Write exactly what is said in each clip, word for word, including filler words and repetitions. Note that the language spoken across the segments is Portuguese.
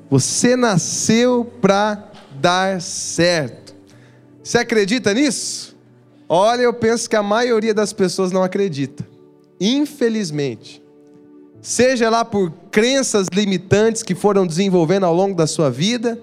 Você nasceu para dar certo. Você acredita nisso? Olha, eu penso que a maioria das pessoas não acredita. Infelizmente. Seja lá por crenças limitantes que foram desenvolvendo ao longo da sua vida,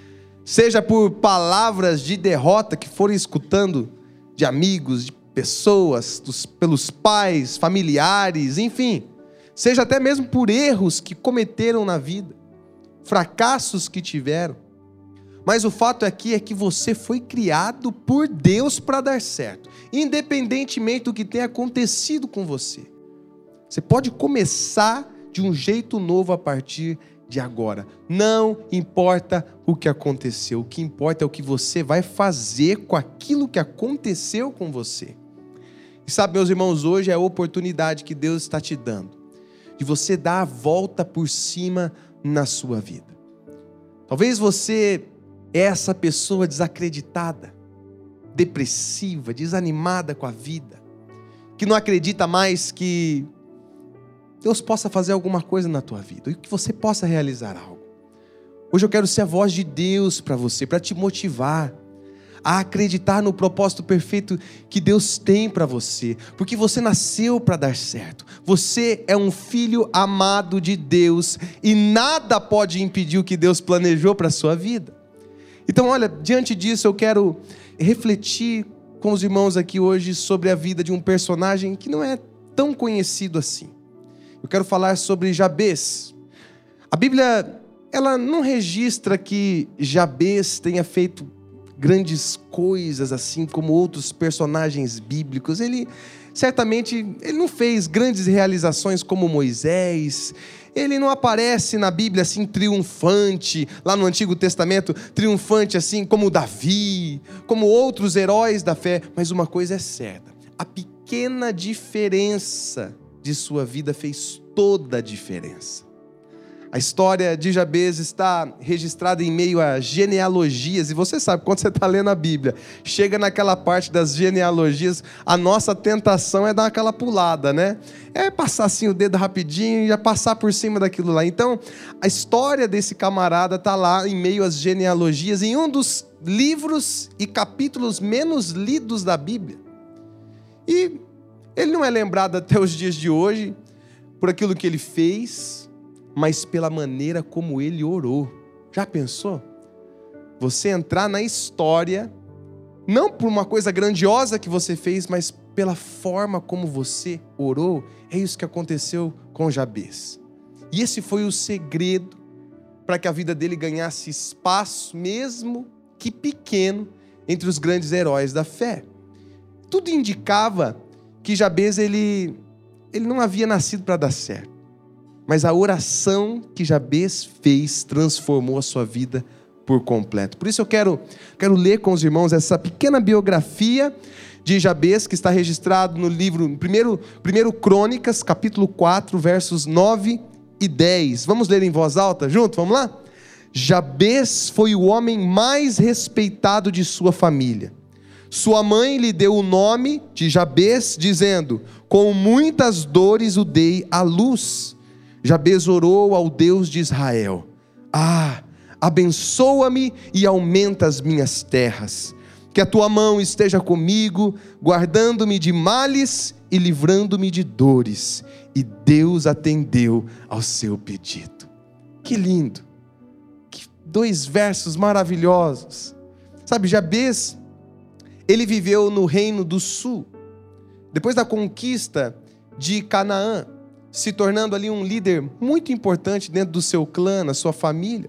seja por palavras de derrota que foram escutando de amigos, de pessoas, dos, pelos pais, familiares, enfim. Seja até mesmo por erros que cometeram na vida, fracassos que tiveram. Mas o fato aqui é que você foi criado por Deus para dar certo, independentemente do que tenha acontecido com você. Você pode começar de um jeito novo a partir de agora. Não importa o que aconteceu, o que importa é o que você vai fazer com aquilo que aconteceu com você. E sabe, meus irmãos, hoje é a oportunidade que Deus está te dando de você dar a volta por cima na sua vida. Talvez você é essa pessoa desacreditada, depressiva, desanimada com a vida, que não acredita mais que Deus possa fazer alguma coisa na tua vida e que você possa realizar algo. Hoje eu quero ser a voz de Deus para você, para te motivar a acreditar no propósito perfeito que Deus tem para você, porque você nasceu para dar certo. Você é um filho amado de Deus e nada pode impedir o que Deus planejou para a sua vida. Então, olha, diante disso eu quero refletir com os irmãos aqui hoje sobre a vida de um personagem que não é tão conhecido assim. Eu quero falar sobre Jabez. A Bíblia, ela não registra que Jabez tenha feito grandes coisas assim como outros personagens bíblicos. Ele, certamente, ele não fez grandes realizações como Moisés. Ele não aparece na Bíblia assim triunfante, lá no Antigo Testamento, triunfante assim como Davi, como outros heróis da fé. Mas uma coisa é certa, a pequena diferença de sua vida fez toda a diferença. A história de Jabez está registrada em meio a genealogias, e você sabe, quando você está lendo a Bíblia, chega naquela parte das genealogias, a nossa tentação é dar aquela pulada, né? É passar assim o dedo rapidinho e já passar por cima daquilo lá. Então, a história desse camarada está lá em meio às genealogias, em um dos livros e capítulos menos lidos da Bíblia. E ele não é lembrado até os dias de hoje por aquilo que ele fez, mas pela maneira como ele orou. Já pensou? Você entrar na história, não por uma coisa grandiosa que você fez, mas pela forma como você orou. É isso que aconteceu com Jabez. E esse foi o segredo para que a vida dele ganhasse espaço, mesmo que pequeno, entre os grandes heróis da fé. Tudo indicava que Jabez, ele, ele não havia nascido para dar certo. Mas a oração que Jabez fez transformou a sua vida por completo. Por isso eu quero, quero ler com os irmãos essa pequena biografia de Jabez, que está registrado no livro primeiro, primeiro Crônicas, capítulo quatro, versos nove e dez. Vamos ler em voz alta junto? Vamos lá? Jabez foi o homem mais respeitado de sua família. Sua mãe lhe deu o nome de Jabez, dizendo: com muitas dores o dei à luz. Jabez orou ao Deus de Israel: ah, abençoa-me e aumenta as minhas terras. Que a tua mão esteja comigo, guardando-me de males e livrando-me de dores. E Deus atendeu ao seu pedido. Que lindo! Que dois versos maravilhosos. Sabe, Jabez, ele viveu no Reino do Sul, depois da conquista de Canaã, se tornando ali um líder muito importante dentro do seu clã, na sua família.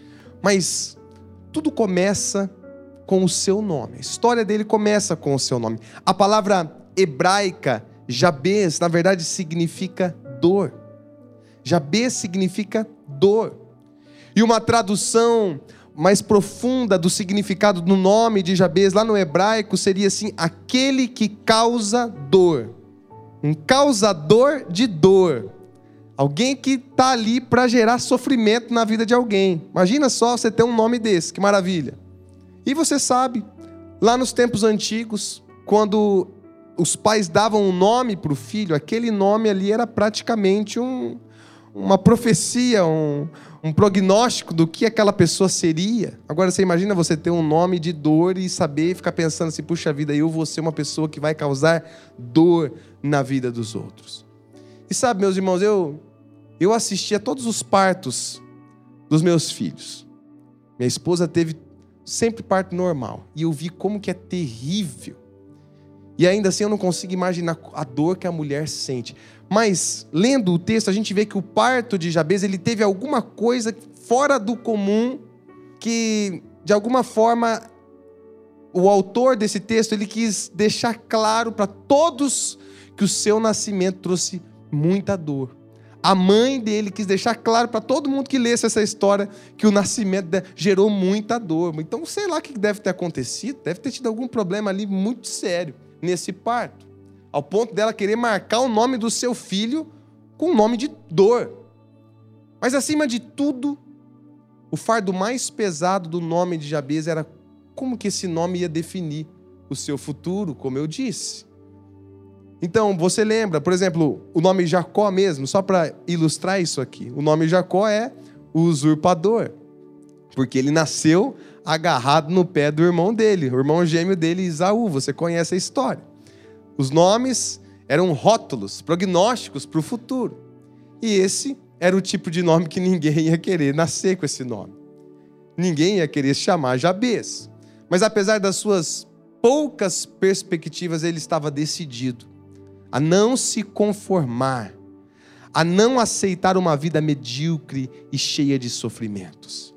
Mas tudo começa com o seu nome. A história dele começa com o seu nome. A palavra hebraica, Jabez, na verdade significa dor. Jabez significa dor. E uma tradução mais profunda do significado do nome de Jabez, lá no hebraico, seria assim: aquele que causa dor. Um causador de dor. Alguém que está ali para gerar sofrimento na vida de alguém. Imagina só você ter um nome desse, que maravilha. E você sabe, lá nos tempos antigos, quando os pais davam um nome para o filho, aquele nome ali era praticamente um, uma profecia, um, um prognóstico do que aquela pessoa seria. Agora você imagina você ter um nome de dor e saber, ficar pensando assim, puxa vida, eu vou ser uma pessoa que vai causar dor na vida dos outros. E sabe, meus irmãos, eu, eu assisti a todos os partos dos meus filhos. Minha esposa teve sempre parto normal. E eu vi como que é terrível. E ainda assim eu não consigo imaginar a dor que a mulher sente. Mas, lendo o texto, a gente vê que o parto de Jabez, ele teve alguma coisa fora do comum, que, de alguma forma, o autor desse texto, ele quis deixar claro para todos que o seu nascimento trouxe muita dor. A mãe dele quis deixar claro para todo mundo que lesse essa história que o nascimento gerou muita dor. Então, sei lá o que deve ter acontecido, deve ter tido algum problema ali muito sério nesse parto, ao ponto dela querer marcar o nome do seu filho com o nome de dor. Mas, acima de tudo, o fardo mais pesado do nome de Jabez era como que esse nome ia definir o seu futuro, como eu disse. Então, você lembra, por exemplo, o nome Jacó mesmo, só para ilustrar isso aqui. O nome Jacó é o usurpador, porque ele nasceu agarrado no pé do irmão dele, o irmão gêmeo dele, Esaú. Você conhece a história. Os nomes eram rótulos, prognósticos para o futuro. E esse era o tipo de nome que ninguém ia querer nascer com esse nome. Ninguém ia querer se chamar Jabez. Mas apesar das suas poucas perspectivas, ele estava decidido a não se conformar, a não aceitar uma vida medíocre e cheia de sofrimentos.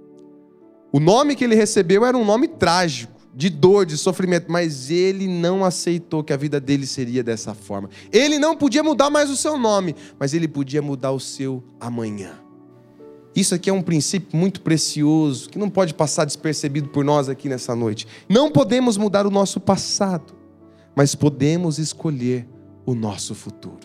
O nome que ele recebeu era um nome trágico, de dor, de sofrimento, mas ele não aceitou que a vida dele seria dessa forma. Ele não podia mudar mais o seu nome, mas ele podia mudar o seu amanhã. Isso aqui é um princípio muito precioso, que não pode passar despercebido por nós aqui nessa noite. Não podemos mudar o nosso passado, mas podemos escolher o nosso futuro.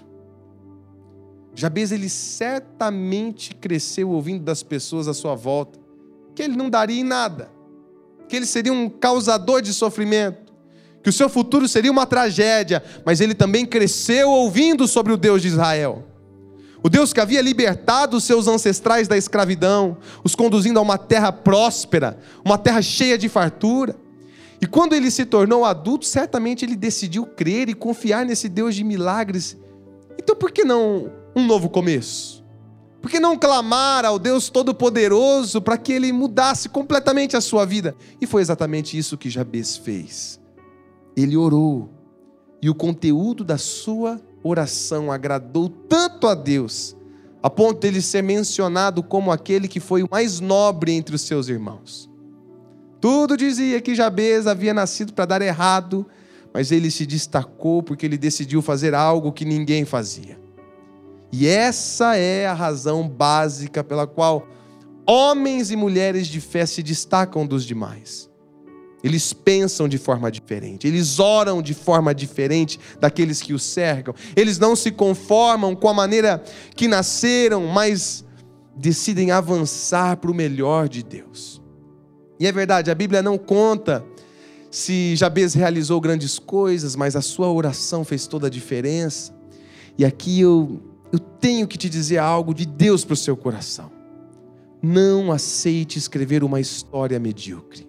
Jabez, ele certamente cresceu ouvindo das pessoas à sua volta que ele não daria em nada, que ele seria um causador de sofrimento, que o seu futuro seria uma tragédia, mas ele também cresceu ouvindo sobre o Deus de Israel. O Deus que havia libertado os seus ancestrais da escravidão, os conduzindo a uma terra próspera, uma terra cheia de fartura. E quando ele se tornou adulto, certamente ele decidiu crer e confiar nesse Deus de milagres. Então por que não um novo começo? Por que não clamar ao Deus Todo-Poderoso para que ele mudasse completamente a sua vida? E foi exatamente isso que Jabez fez. Ele orou, e o conteúdo da sua oração agradou tanto a Deus, a ponto de ele ser mencionado como aquele que foi o mais nobre entre os seus irmãos. Tudo dizia que Jabez havia nascido para dar errado, mas ele se destacou porque ele decidiu fazer algo que ninguém fazia. E essa é a razão básica pela qual homens e mulheres de fé se destacam dos demais. Eles pensam de forma diferente, eles oram de forma diferente daqueles que os cercam. Eles não se conformam com a maneira que nasceram, mas decidem avançar para o melhor de Deus. E é verdade, a Bíblia não conta se Jabez realizou grandes coisas, mas a sua oração fez toda a diferença. E aqui eu, eu tenho que te dizer algo de Deus para o seu coração. Não aceite escrever uma história medíocre.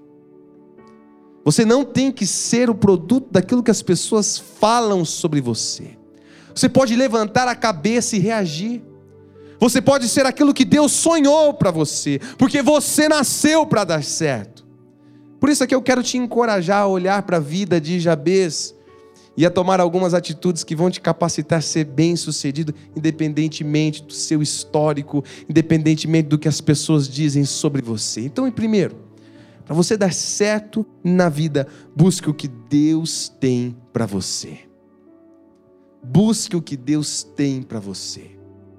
Você não tem que ser o produto daquilo que as pessoas falam sobre você. Você pode levantar a cabeça e reagir. Você pode ser aquilo que Deus sonhou para você, porque você nasceu para dar certo. Por isso é que eu quero te encorajar a olhar para a vida de Jabez e a tomar algumas atitudes que vão te capacitar a ser bem-sucedido, independentemente do seu histórico, independentemente do que as pessoas dizem sobre você. Então, em primeiro, para você dar certo na vida, busque o que Deus tem para você. Busque o que Deus tem para você.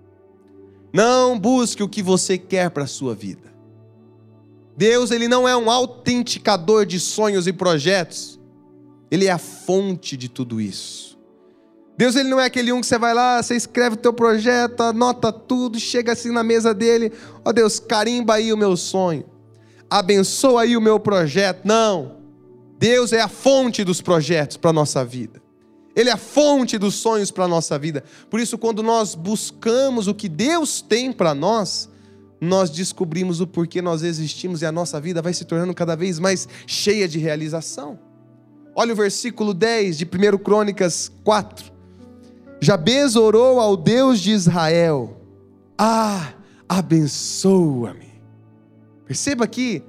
Não busque o que você quer para a sua vida. Deus, ele não é um autenticador de sonhos e projetos. Ele é a fonte de tudo isso. Deus, ele não é aquele um que você vai lá, você escreve o teu projeto, anota tudo, chega assim na mesa dele, ó oh, Deus, carimba aí o meu sonho, abençoa aí o meu projeto. Não, Deus é a fonte dos projetos para a nossa vida. Ele é a fonte dos sonhos para a nossa vida. Por isso, quando nós buscamos o que Deus tem para nós, nós descobrimos o porquê nós existimos e a nossa vida vai se tornando cada vez mais cheia de realização. Olha o versículo dez de primeira Crônicas quatro. Jabez orou ao Deus de Israel: ah, abençoa-me. Perceba aqui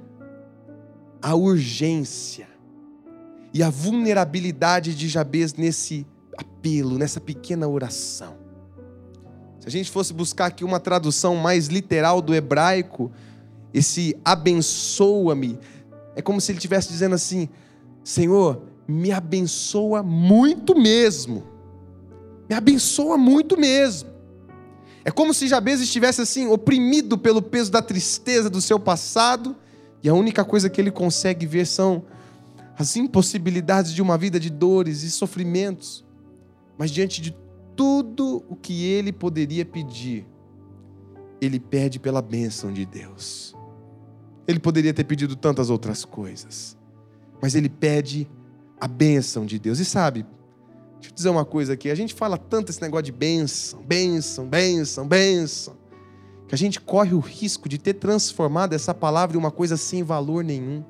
a urgência e a vulnerabilidade de Jabez nesse apelo, nessa pequena oração. Se a gente fosse buscar aqui uma tradução mais literal do hebraico, esse abençoa-me, é como se ele estivesse dizendo assim: Senhor, me abençoa muito mesmo. Me abençoa muito mesmo. É como se Jabez estivesse assim, oprimido pelo peso da tristeza do seu passado, e a única coisa que ele consegue ver são as impossibilidades de uma vida de dores e sofrimentos. Mas diante de tudo o que ele poderia pedir, ele pede pela bênção de Deus. Ele poderia ter pedido tantas outras coisas, mas ele pede a bênção de Deus. E sabe, deixa eu dizer uma coisa aqui, a gente fala tanto esse negócio de bênção, bênção, bênção, bênção, que a gente corre o risco de ter transformado essa palavra em uma coisa sem valor nenhum,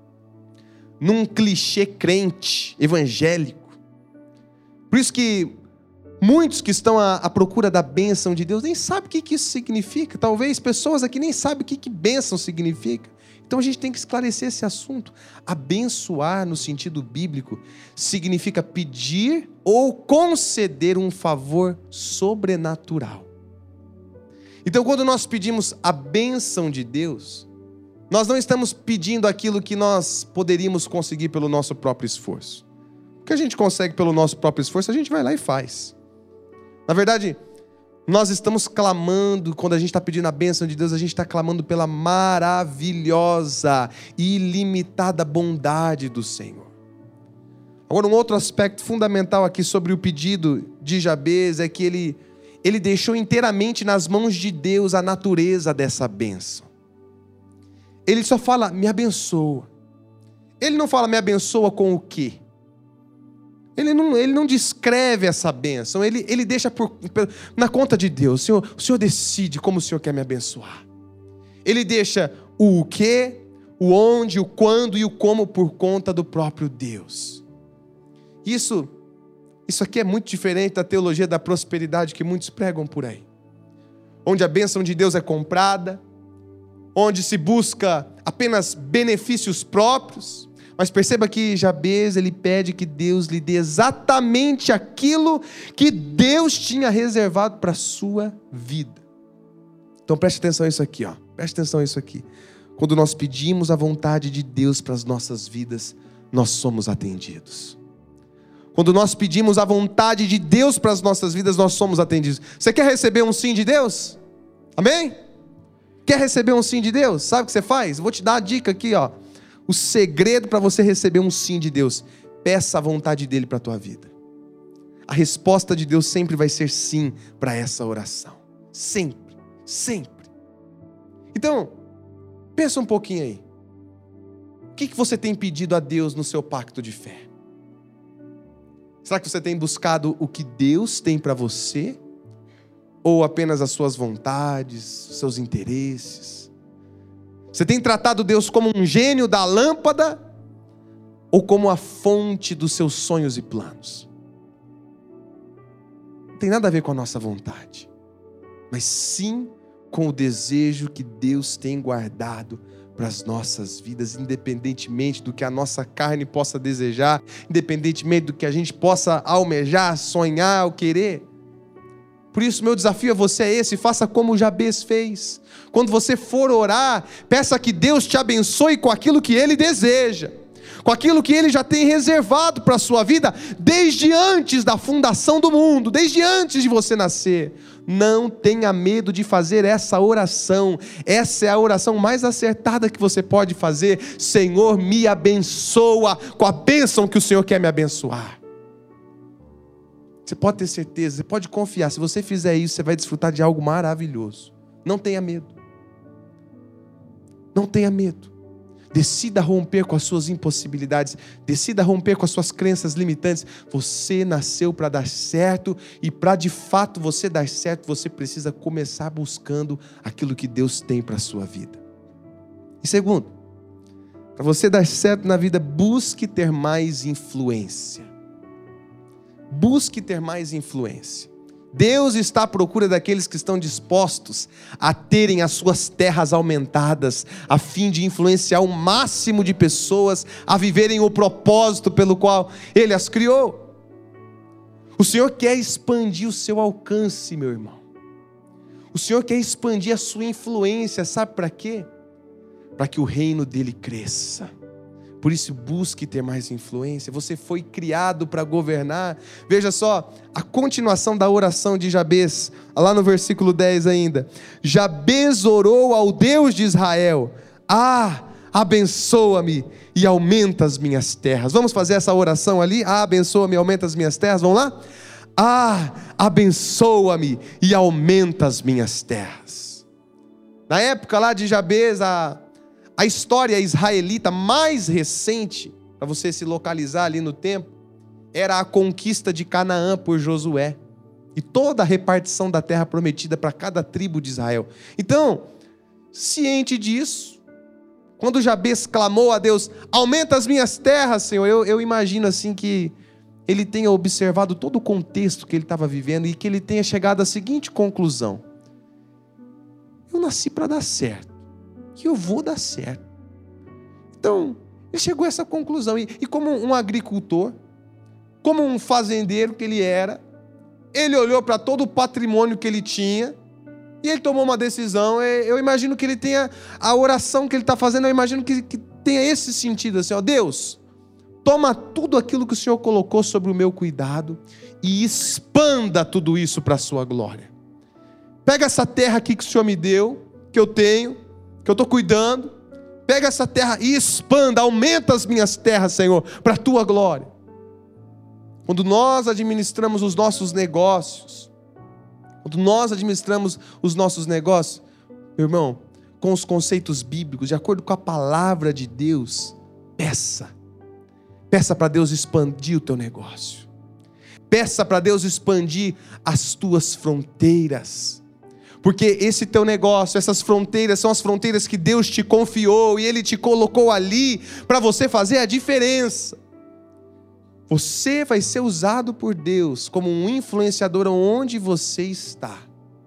num clichê crente, evangélico. Por isso que muitos que estão à, à procura da bênção de Deus nem sabem o que, que isso significa. Talvez pessoas aqui nem sabem o que, que bênção significa. Então a gente tem que esclarecer esse assunto. Abençoar, no sentido bíblico, significa pedir ou conceder um favor sobrenatural. Então, quando nós pedimos a bênção de Deus, nós não estamos pedindo aquilo que nós poderíamos conseguir pelo nosso próprio esforço. O que a gente consegue pelo nosso próprio esforço, a gente vai lá e faz. Na verdade, nós estamos clamando, quando a gente está pedindo a bênção de Deus, a gente está clamando pela maravilhosa e ilimitada bondade do Senhor. Agora, um outro aspecto fundamental aqui sobre o pedido de Jabez é que ele, ele deixou inteiramente nas mãos de Deus a natureza dessa bênção. Ele só fala, me abençoa. Ele não fala, me abençoa com o quê? Ele não, ele não descreve essa bênção, ele, ele deixa por, por, na conta de Deus. O Senhor, o Senhor decide como o Senhor quer me abençoar. Ele deixa o quê, o onde, o quando e o como por conta do próprio Deus. Isso, isso aqui é muito diferente da teologia da prosperidade que muitos pregam por aí. Onde a bênção de Deus é comprada, onde se busca apenas benefícios próprios. Mas perceba que Jabez, ele pede que Deus lhe dê exatamente aquilo que Deus tinha reservado para a sua vida. Então preste atenção a isso aqui, ó. Preste atenção a isso aqui. Quando nós pedimos a vontade de Deus para as nossas vidas, nós somos atendidos. Quando nós pedimos a vontade de Deus para as nossas vidas, nós somos atendidos. Você quer receber um sim de Deus? Amém? Quer receber um sim de Deus? Sabe o que você faz? Vou te dar a dica aqui, ó. O segredo para você receber um sim de Deus: peça a vontade dele para a tua vida. A resposta de Deus sempre vai ser sim para essa oração. Sempre, sempre. Então, pensa um pouquinho aí. O que, que você tem pedido a Deus no seu pacto de fé? Será que você tem buscado o que Deus tem para você? Ou apenas as suas vontades, seus interesses? Você tem tratado Deus como um gênio da lâmpada ou como a fonte dos seus sonhos e planos? Não tem nada a ver com a nossa vontade, mas sim com o desejo que Deus tem guardado para as nossas vidas, independentemente do que a nossa carne possa desejar, independentemente do que a gente possa almejar, sonhar ou querer. Por isso, meu desafio a você é esse: faça como Jabez fez. Quando você for orar, peça que Deus te abençoe com aquilo que Ele deseja, com aquilo que Ele já tem reservado para a sua vida, desde antes da fundação do mundo, desde antes de você nascer. Não tenha medo de fazer essa oração. Essa é a oração mais acertada que você pode fazer. Senhor, me abençoa com a bênção que o Senhor quer me abençoar. Você pode ter certeza, você pode confiar. Se você fizer isso, você vai desfrutar de algo maravilhoso. Não tenha medo. Não tenha medo. Decida romper com as suas impossibilidades. Decida romper com as suas crenças limitantes. Você nasceu para dar certo. E para de fato você dar certo, você precisa começar buscando aquilo que Deus tem para a sua vida. E segundo, para você dar certo na vida, busque ter mais influência. Busque ter mais influência. Deus está à procura daqueles que estão dispostos a terem as suas terras aumentadas, a fim de influenciar o máximo de pessoas a viverem o propósito pelo qual Ele as criou. O Senhor quer expandir o seu alcance, meu irmão. O Senhor quer expandir a sua influência, sabe para quê? Para que o reino dele cresça. Por isso, busque ter mais influência. Você foi criado para governar. Veja só, a continuação da oração de Jabez, lá no versículo dez ainda. Jabez orou ao Deus de Israel: ah, abençoa-me e aumenta as minhas terras. Vamos fazer essa oração ali? Ah, abençoa-me e aumenta as minhas terras. Vamos lá? Ah, abençoa-me e aumenta as minhas terras. Na época lá de Jabez, a... A história israelita mais recente, para você se localizar ali no tempo, era a conquista de Canaã por Josué. E toda a repartição da terra prometida para cada tribo de Israel. Então, ciente disso, quando Jabez clamou a Deus: aumenta as minhas terras, Senhor, eu, eu imagino assim que ele tenha observado todo o contexto que ele estava vivendo e que ele tenha chegado à seguinte conclusão: eu nasci para dar certo. Que eu vou dar certo. Então, ele chegou a essa conclusão. E, e como um agricultor, como um fazendeiro que ele era, ele olhou para todo o patrimônio que ele tinha e ele tomou uma decisão. Eu imagino que ele tenha, a oração que ele está fazendo, eu imagino que, que tenha esse sentido, assim, ó: Deus, toma tudo aquilo que o Senhor colocou sobre o meu cuidado e expanda tudo isso para a sua glória. Pega essa terra aqui que o Senhor me deu, que eu tenho, que eu estou cuidando, pega essa terra e expanda, aumenta as minhas terras, Senhor, para a tua glória. Quando nós administramos os nossos negócios, quando nós administramos os nossos negócios, meu irmão, com os conceitos bíblicos, de acordo com a palavra de Deus, peça, peça para Deus expandir o teu negócio, peça para Deus expandir as tuas fronteiras. Porque esse teu negócio, essas fronteiras, são as fronteiras que Deus te confiou e Ele te colocou ali para você fazer a diferença. Você vai ser usado por Deus como um influenciador onde você está.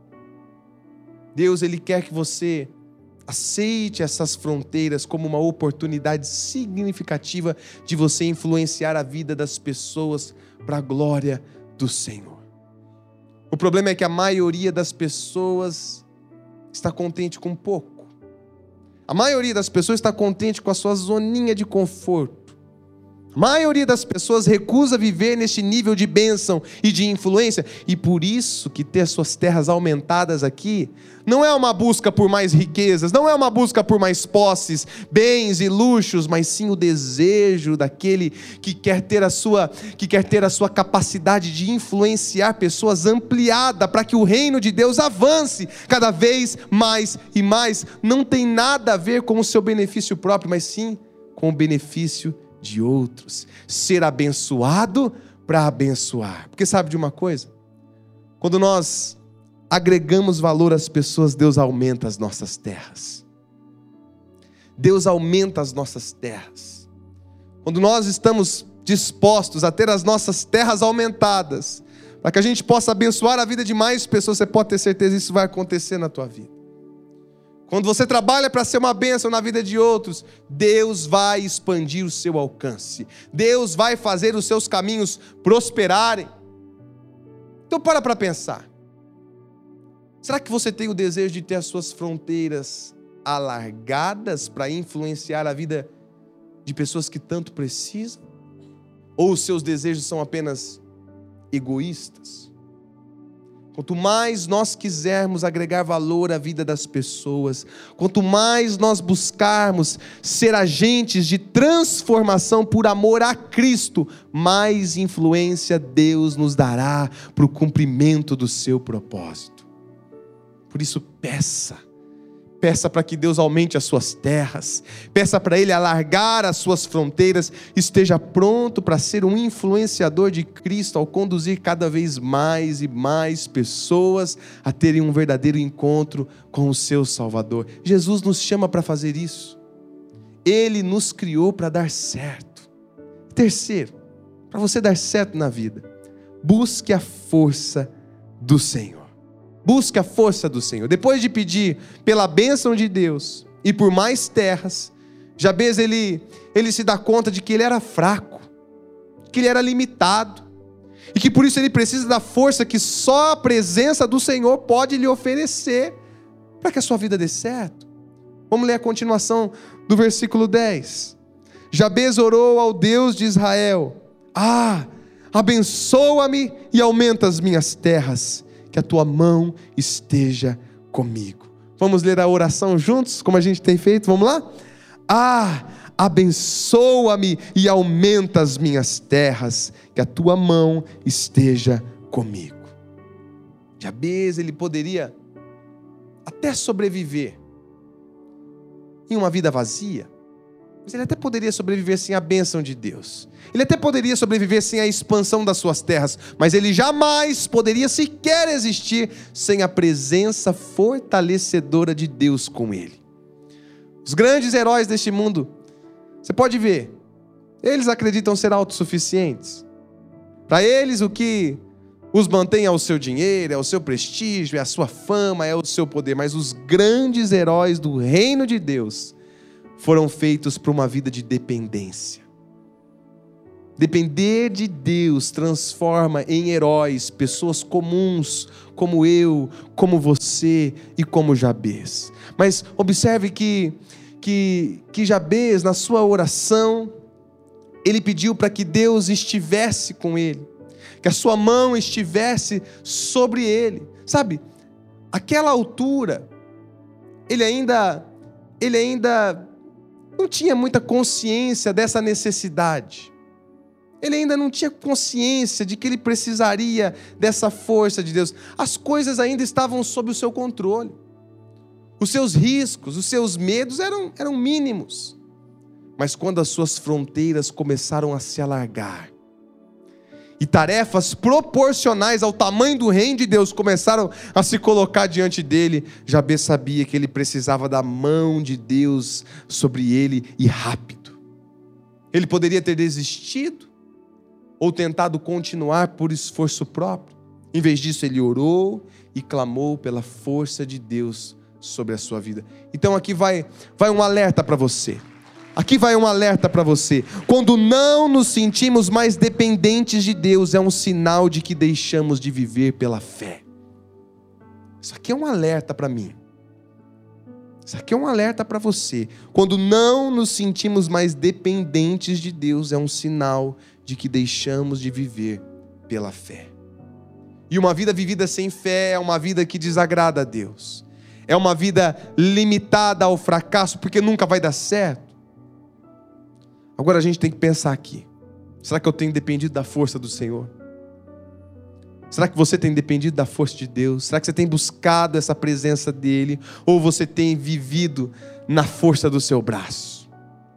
Deus, Ele quer que você aceite essas fronteiras como uma oportunidade significativa de você influenciar a vida das pessoas para a glória do Senhor. O problema é que a maioria das pessoas está contente com pouco. A maioria das pessoas está contente com a sua zoninha de conforto. A maioria das pessoas recusa viver neste nível de bênção e de influência. E por isso que ter suas terras aumentadas aqui não é uma busca por mais riquezas, não é uma busca por mais posses, bens e luxos, mas sim o desejo daquele que quer ter a sua, que quer ter a sua capacidade de influenciar pessoas ampliada para que o reino de Deus avance cada vez mais e mais. Não tem nada a ver com o seu benefício próprio, mas sim com o benefício de outros. Ser abençoado para abençoar. Porque sabe de uma coisa? Quando nós agregamos valor às pessoas, Deus aumenta as nossas terras. Deus aumenta as nossas terras. Quando nós estamos dispostos a ter as nossas terras aumentadas, para que a gente possa abençoar a vida de mais pessoas, você pode ter certeza que isso vai acontecer na tua vida. Quando você trabalha para ser uma bênção na vida de outros, Deus vai expandir o seu alcance. Deus vai fazer os seus caminhos prosperarem. Então para para pensar. Será que você tem o desejo de ter as suas fronteiras alargadas para influenciar a vida de pessoas que tanto precisam? Ou os seus desejos são apenas egoístas? Quanto mais nós quisermos agregar valor à vida das pessoas, quanto mais nós buscarmos ser agentes de transformação por amor a Cristo, mais influência Deus nos dará para o cumprimento do seu propósito. Por isso, peça, Peça para que Deus aumente as suas terras. Peça para Ele alargar as suas fronteiras. Esteja pronto para ser um influenciador de Cristo ao conduzir cada vez mais e mais pessoas a terem um verdadeiro encontro com o seu Salvador. Jesus nos chama para fazer isso. Ele nos criou para dar certo. Terceiro, para você dar certo na vida, busque a força do Senhor. Busque a força do Senhor. Depois de pedir pela bênção de Deus e por mais terras, Jabez ele, ele se dá conta de que ele era fraco, que ele era limitado, e que por isso ele precisa da força que só a presença do Senhor pode lhe oferecer para que a sua vida dê certo. Vamos ler a continuação do versículo dez. Jabez orou ao Deus de Israel: Ah, abençoa-me e aumenta as minhas terras, que a tua mão esteja comigo. Vamos ler a oração juntos, como a gente tem feito? Vamos lá? Ah, abençoa-me e aumenta as minhas terras, que a tua mão esteja comigo. Jabez, ele poderia até sobreviver em uma vida vazia, mas ele até poderia sobreviver sem a bênção de Deus. Ele até poderia sobreviver sem a expansão das suas terras, mas ele jamais poderia sequer existir sem a presença fortalecedora de Deus com ele. Os grandes heróis deste mundo, você pode ver, eles acreditam ser autossuficientes. Para eles, o que os mantém é o seu dinheiro, é o seu prestígio, é a sua fama, é o seu poder. Mas os grandes heróis do reino de Deus foram feitos para uma vida de dependência. Depender de Deus transforma em heróis pessoas comuns, como eu, como você e como Jabez. Mas observe que, que, que Jabez, na sua oração, ele pediu para que Deus estivesse com ele, que a sua mão estivesse sobre ele. Sabe, aquela altura, ele ainda, ele ainda não tinha muita consciência dessa necessidade. Ele ainda não tinha consciência de que ele precisaria dessa força de Deus. As coisas ainda estavam sob o seu controle. Os seus riscos, os seus medos eram, eram mínimos. Mas quando as suas fronteiras começaram a se alargar, e tarefas proporcionais ao tamanho do reino de Deus começaram a se colocar diante dele, Jabez sabia que ele precisava da mão de Deus sobre ele, e rápido. Ele poderia ter desistido, ou tentado continuar por esforço próprio. Em vez disso, ele orou e clamou pela força de Deus sobre a sua vida. Então aqui vai, vai um alerta para você. Aqui vai um alerta para você. Quando não nos sentimos mais dependentes de Deus, é um sinal de que deixamos de viver pela fé. Isso aqui é um alerta para mim. Isso aqui é um alerta para você. Quando não nos sentimos mais dependentes de Deus, é um sinal de que deixamos de viver pela fé. E uma vida vivida sem fé é uma vida que desagrada a Deus. É uma vida limitada ao fracasso, porque nunca vai dar certo. Agora a gente tem que pensar aqui. Será que eu tenho dependido da força do Senhor? Será que você tem dependido da força de Deus? Será que você tem buscado essa presença dEle? Ou você tem vivido na força do seu braço?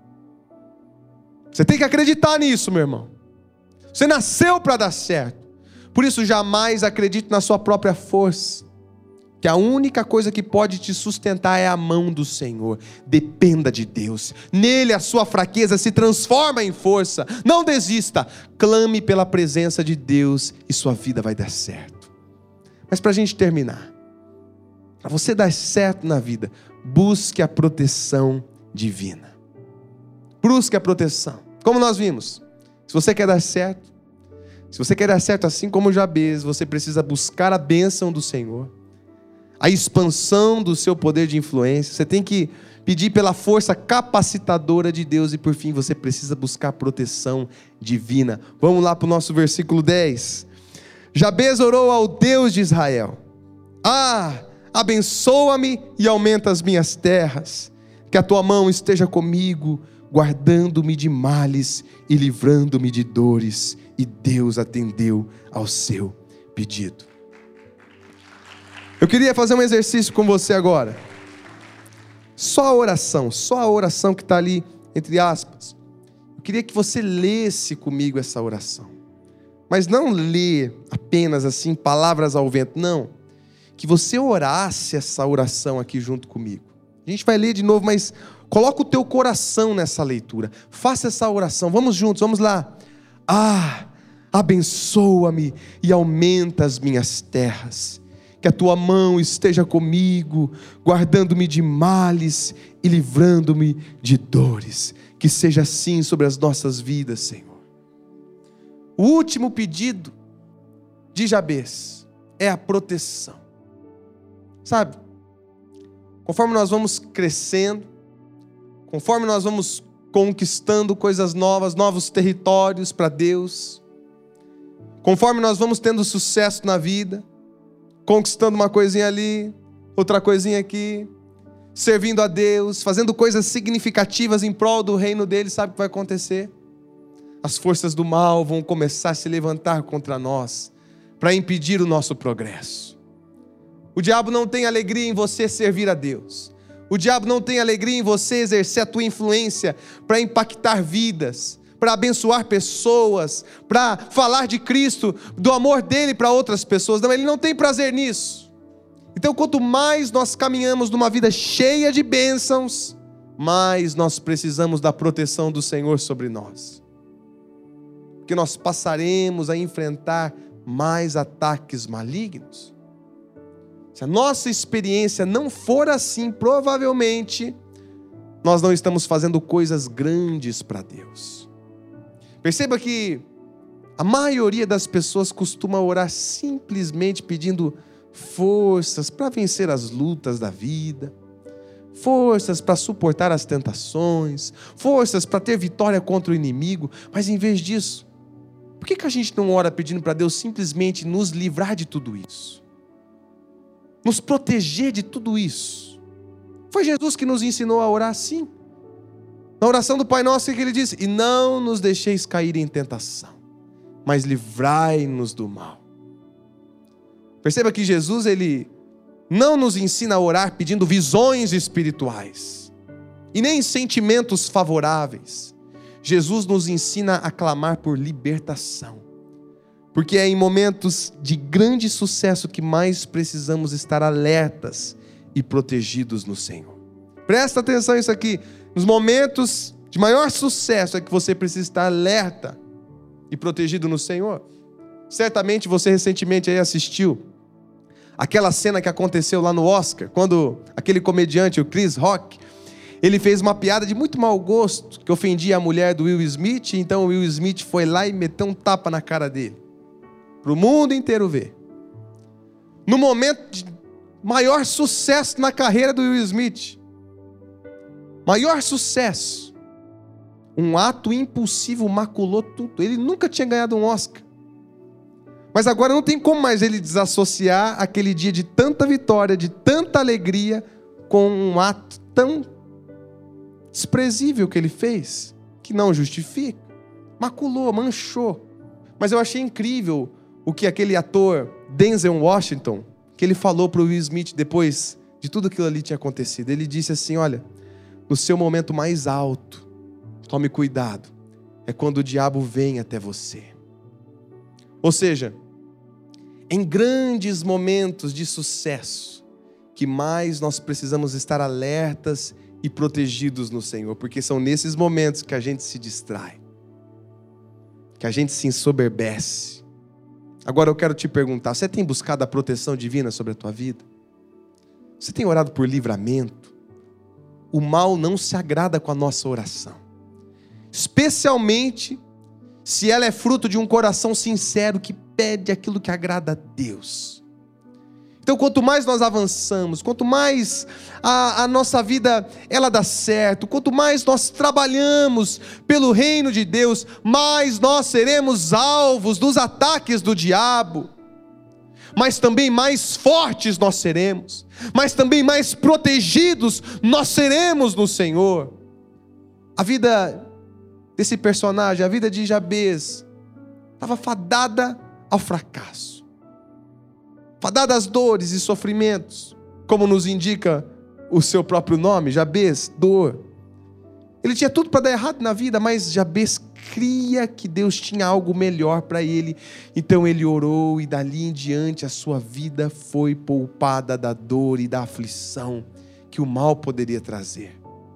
Você tem que acreditar nisso, meu irmão. Você nasceu para dar certo. Por isso jamais acredite na sua própria força. Que a única coisa que pode te sustentar é a mão do Senhor. Dependa de Deus. Nele a sua fraqueza se transforma em força. Não desista. Clame pela presença de Deus e sua vida vai dar certo. Mas para a gente terminar, para você dar certo na vida, busque a proteção divina. Busque a proteção. Como nós vimos, se você quer dar certo, se você quer dar certo assim como Jabez, você precisa buscar a bênção do Senhor, a expansão do seu poder de influência. Você tem que pedir pela força capacitadora de Deus. E por fim, você precisa buscar proteção divina. Vamos lá para o nosso versículo dez. Jabez orou ao Deus de Israel: Ah, abençoa-me e aumenta as minhas terras, que a tua mão esteja comigo, guardando-me de males e livrando-me de dores. E Deus atendeu ao seu pedido. Eu queria fazer um exercício com você agora. só a oração, só a oração que está ali, entre aspas. Eu queria que você lesse comigo essa oração. Mas não lê apenas assim, palavras ao vento, não. Que você orasse essa oração aqui junto comigo. A gente vai ler de novo, mas coloca o teu coração nessa leitura. Faça essa oração, vamos juntos, vamos lá. Ah, abençoa-me e aumenta as minhas terras. Que a tua mão esteja comigo, guardando-me de males e livrando-me de dores. Que seja assim sobre as nossas vidas, Senhor. O último pedido de Jabez é a proteção. Sabe, conforme nós vamos crescendo, conforme nós vamos conquistando coisas novas, novos territórios para Deus, conforme nós vamos tendo sucesso na vida, conquistando uma coisinha ali, outra coisinha aqui, servindo a Deus, fazendo coisas significativas em prol do reino dele, sabe o que vai acontecer? As forças do mal vão começar a se levantar contra nós, para impedir o nosso progresso. O diabo não tem alegria em você servir a Deus. O diabo não tem alegria em você exercer a tua influência para impactar vidas, para abençoar pessoas, para falar de Cristo, do amor dele para outras pessoas. Não, ele não tem prazer nisso. Então, quanto mais nós caminhamos numa vida cheia de bênçãos, mais nós precisamos da proteção do Senhor sobre nós. Porque nós passaremos a enfrentar mais ataques malignos. Se a nossa experiência não for assim, provavelmente nós não estamos fazendo coisas grandes para Deus. Perceba que a maioria das pessoas costuma orar simplesmente pedindo forças para vencer as lutas da vida, forças para suportar as tentações, forças para ter vitória contra o inimigo, mas em vez disso, por que que a gente não ora pedindo para Deus simplesmente nos livrar de tudo isso? Nos proteger de tudo isso? Foi Jesus que nos ensinou a orar assim. Na oração do Pai Nosso, o que ele disse? E não nos deixeis cair em tentação, mas livrai-nos do mal. Perceba que Jesus, ele não nos ensina a orar pedindo visões espirituais, e nem sentimentos favoráveis. Jesus nos ensina a clamar por libertação, porque é em momentos de grande sucesso que mais precisamos estar alertas e protegidos no Senhor. Presta atenção nisso aqui. Nos momentos de maior sucesso é que você precisa estar alerta e protegido no Senhor. Certamente você recentemente aí assistiu aquela cena que aconteceu lá no Oscar, quando aquele comediante, o Chris Rock, ele fez uma piada de muito mau gosto, que ofendia a mulher do Will Smith, então o Will Smith foi lá e meteu um tapa na cara dele, para o mundo inteiro ver. No momento de maior sucesso na carreira do Will Smith, maior sucesso, um ato impulsivo maculou tudo. Ele nunca tinha ganhado um Oscar, mas agora não tem como mais ele desassociar aquele dia de tanta vitória, de tanta alegria, com um ato tão desprezível que ele fez, que não justifica. Maculou, manchou. Mas eu achei incrível o que aquele ator Denzel Washington, que ele falou para o Will Smith depois de tudo aquilo ali tinha acontecido. Ele disse assim: olha, no seu momento mais alto, tome cuidado, é quando o diabo vem até você. Ou seja, em grandes momentos de sucesso, que mais nós precisamos estar alertas e protegidos no Senhor, porque são nesses momentos que a gente se distrai, que a gente se ensoberbece. Agora eu quero te perguntar, você tem buscado a proteção divina sobre a tua vida? Você tem orado por livramento? O mal não se agrada com a nossa oração, especialmente se ela é fruto de um coração sincero que pede aquilo que agrada a Deus. Então, quanto mais nós avançamos, quanto mais a, a nossa vida ela dá certo, quanto mais nós trabalhamos pelo reino de Deus, mais nós seremos alvos dos ataques do diabo, mas também mais fortes nós seremos, mas também mais protegidos nós seremos no Senhor. A vida desse personagem, a vida de Jabez, estava fadada ao fracasso, fadada às dores e sofrimentos, como nos indica o seu próprio nome, Jabez, dor. Ele tinha tudo para dar errado na vida, mas Jabez cria que Deus tinha algo melhor para ele. Então ele orou e dali em diante a sua vida foi poupada da dor e da aflição que o mal poderia trazer.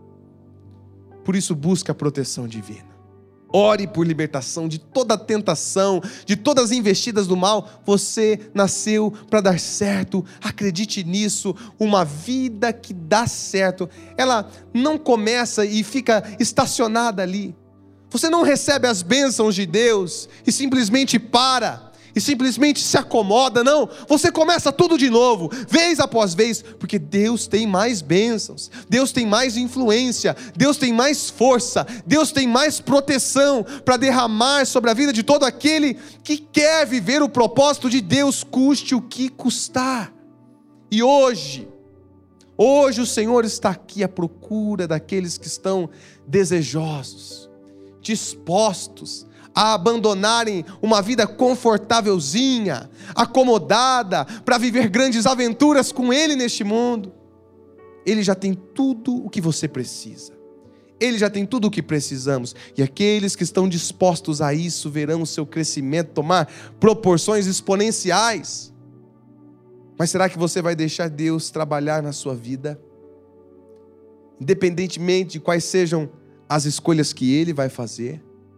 Por isso busca a proteção divina. Ore por libertação de toda a tentação, de todas as investidas do mal. Você nasceu para dar certo, acredite nisso. Uma vida que dá certo, ela não começa e fica estacionada ali. Você não recebe as bênçãos de Deus e simplesmente para, e simplesmente se acomoda, não. Você começa tudo de novo, vez após vez, porque Deus tem mais bênçãos, Deus tem mais influência, Deus tem mais força, Deus tem mais proteção para derramar sobre a vida de todo aquele que quer viver o propósito de Deus, custe o que custar. E hoje, hoje o Senhor está aqui à procura daqueles que estão desejosos, dispostos a abandonarem uma vida confortávelzinha, acomodada, para viver grandes aventuras com Ele neste mundo. Ele já tem tudo o que você precisa. Ele já tem tudo o que precisamos. E aqueles que estão dispostos a isso verão o seu crescimento tomar proporções exponenciais. Mas será que você vai deixar Deus trabalhar na sua vida? Independentemente de quais sejam as escolhas que Ele vai fazer?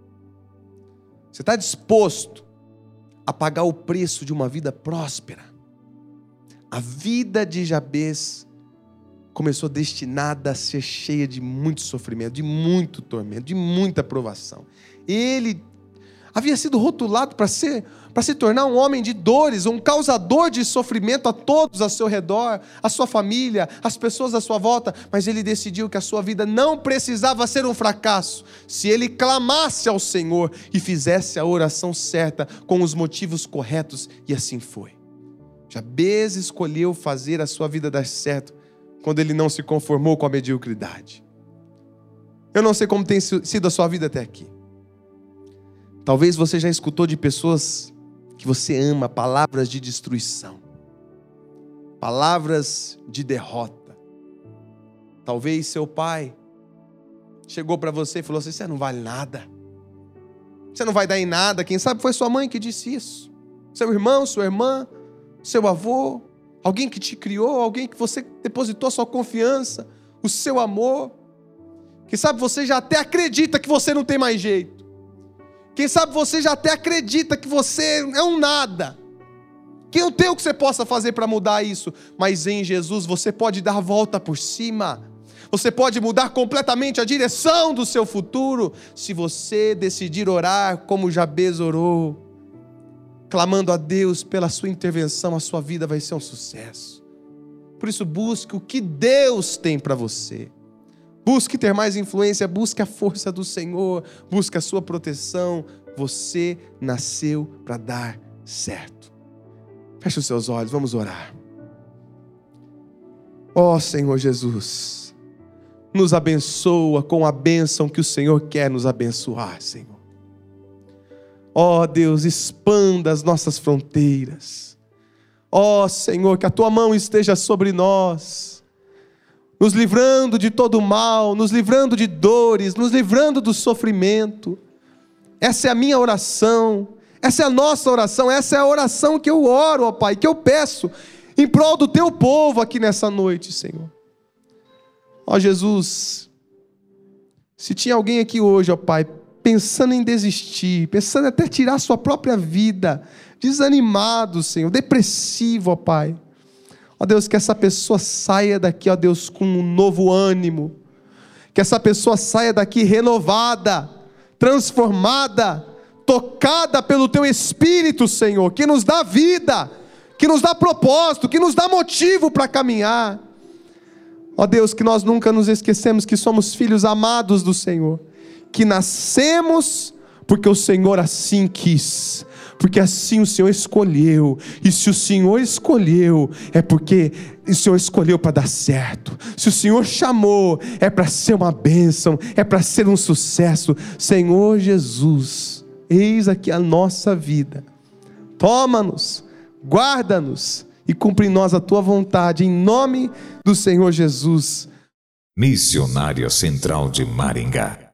Você está disposto a pagar o preço de uma vida próspera? A vida de Jabez começou destinada a ser cheia de muito sofrimento, de muito tormento, de muita provação. Ele havia sido rotulado para ser, para se tornar um homem de dores, um causador de sofrimento a todos ao seu redor, a sua família, as pessoas à sua volta, mas ele decidiu que a sua vida não precisava ser um fracasso, se ele clamasse ao Senhor e fizesse a oração certa, com os motivos corretos, e assim foi. Jabez escolheu fazer a sua vida dar certo, quando ele não se conformou com a mediocridade. Eu não sei como tem sido a sua vida até aqui. Talvez você já escutou de pessoas que você ama, palavras de destruição, palavras de derrota. Talvez seu pai chegou para você e falou assim: você não vale nada, você não vai dar em nada. Quem sabe foi sua mãe que disse isso, seu irmão, sua irmã, seu avô, alguém que te criou, alguém que você depositou sua confiança, o seu amor. Quem sabe você já até acredita que você não tem mais jeito. Quem sabe você já até acredita que você é um nada, que não tem o que você possa fazer para mudar isso. Mas em Jesus você pode dar a volta por cima. Você pode mudar completamente a direção do seu futuro, se você decidir orar como Jabez orou, clamando a Deus pela sua intervenção. A sua vida vai ser um sucesso. Por isso busque o que Deus tem para você. Busque ter mais influência, busque a força do Senhor, busque a sua proteção. Você nasceu para dar certo. Feche os seus olhos, vamos orar. Ó Senhor Jesus, nos abençoa com a bênção que o Senhor quer nos abençoar, Senhor. Ó Deus, expanda as nossas fronteiras. Ó Senhor, que a Tua mão esteja sobre nós, nos livrando de todo o mal, nos livrando de dores, nos livrando do sofrimento. Essa é a minha oração, essa é a nossa oração, essa é a oração que eu oro, ó Pai, que eu peço em prol do Teu povo aqui nessa noite, Senhor. Ó Jesus, se tinha alguém aqui hoje, ó Pai, pensando em desistir, pensando até tirar sua própria vida, desanimado, Senhor, depressivo, ó Pai, ó Deus, que essa pessoa saia daqui, ó Deus, com um novo ânimo. Que essa pessoa saia daqui renovada, transformada, tocada pelo Teu Espírito, Senhor, que nos dá vida, que nos dá propósito, que nos dá motivo para caminhar. Ó Deus, que nós nunca nos esquecemos que somos filhos amados do Senhor, que nascemos porque o Senhor assim quis, porque assim o Senhor escolheu, e se o Senhor escolheu, é porque o Senhor escolheu para dar certo. Se o Senhor chamou, é para ser uma bênção, é para ser um sucesso. Senhor Jesus, eis aqui a nossa vida, toma-nos, guarda-nos, e cumpre em nós a tua vontade, em nome do Senhor Jesus. Missionária Central de Maringá.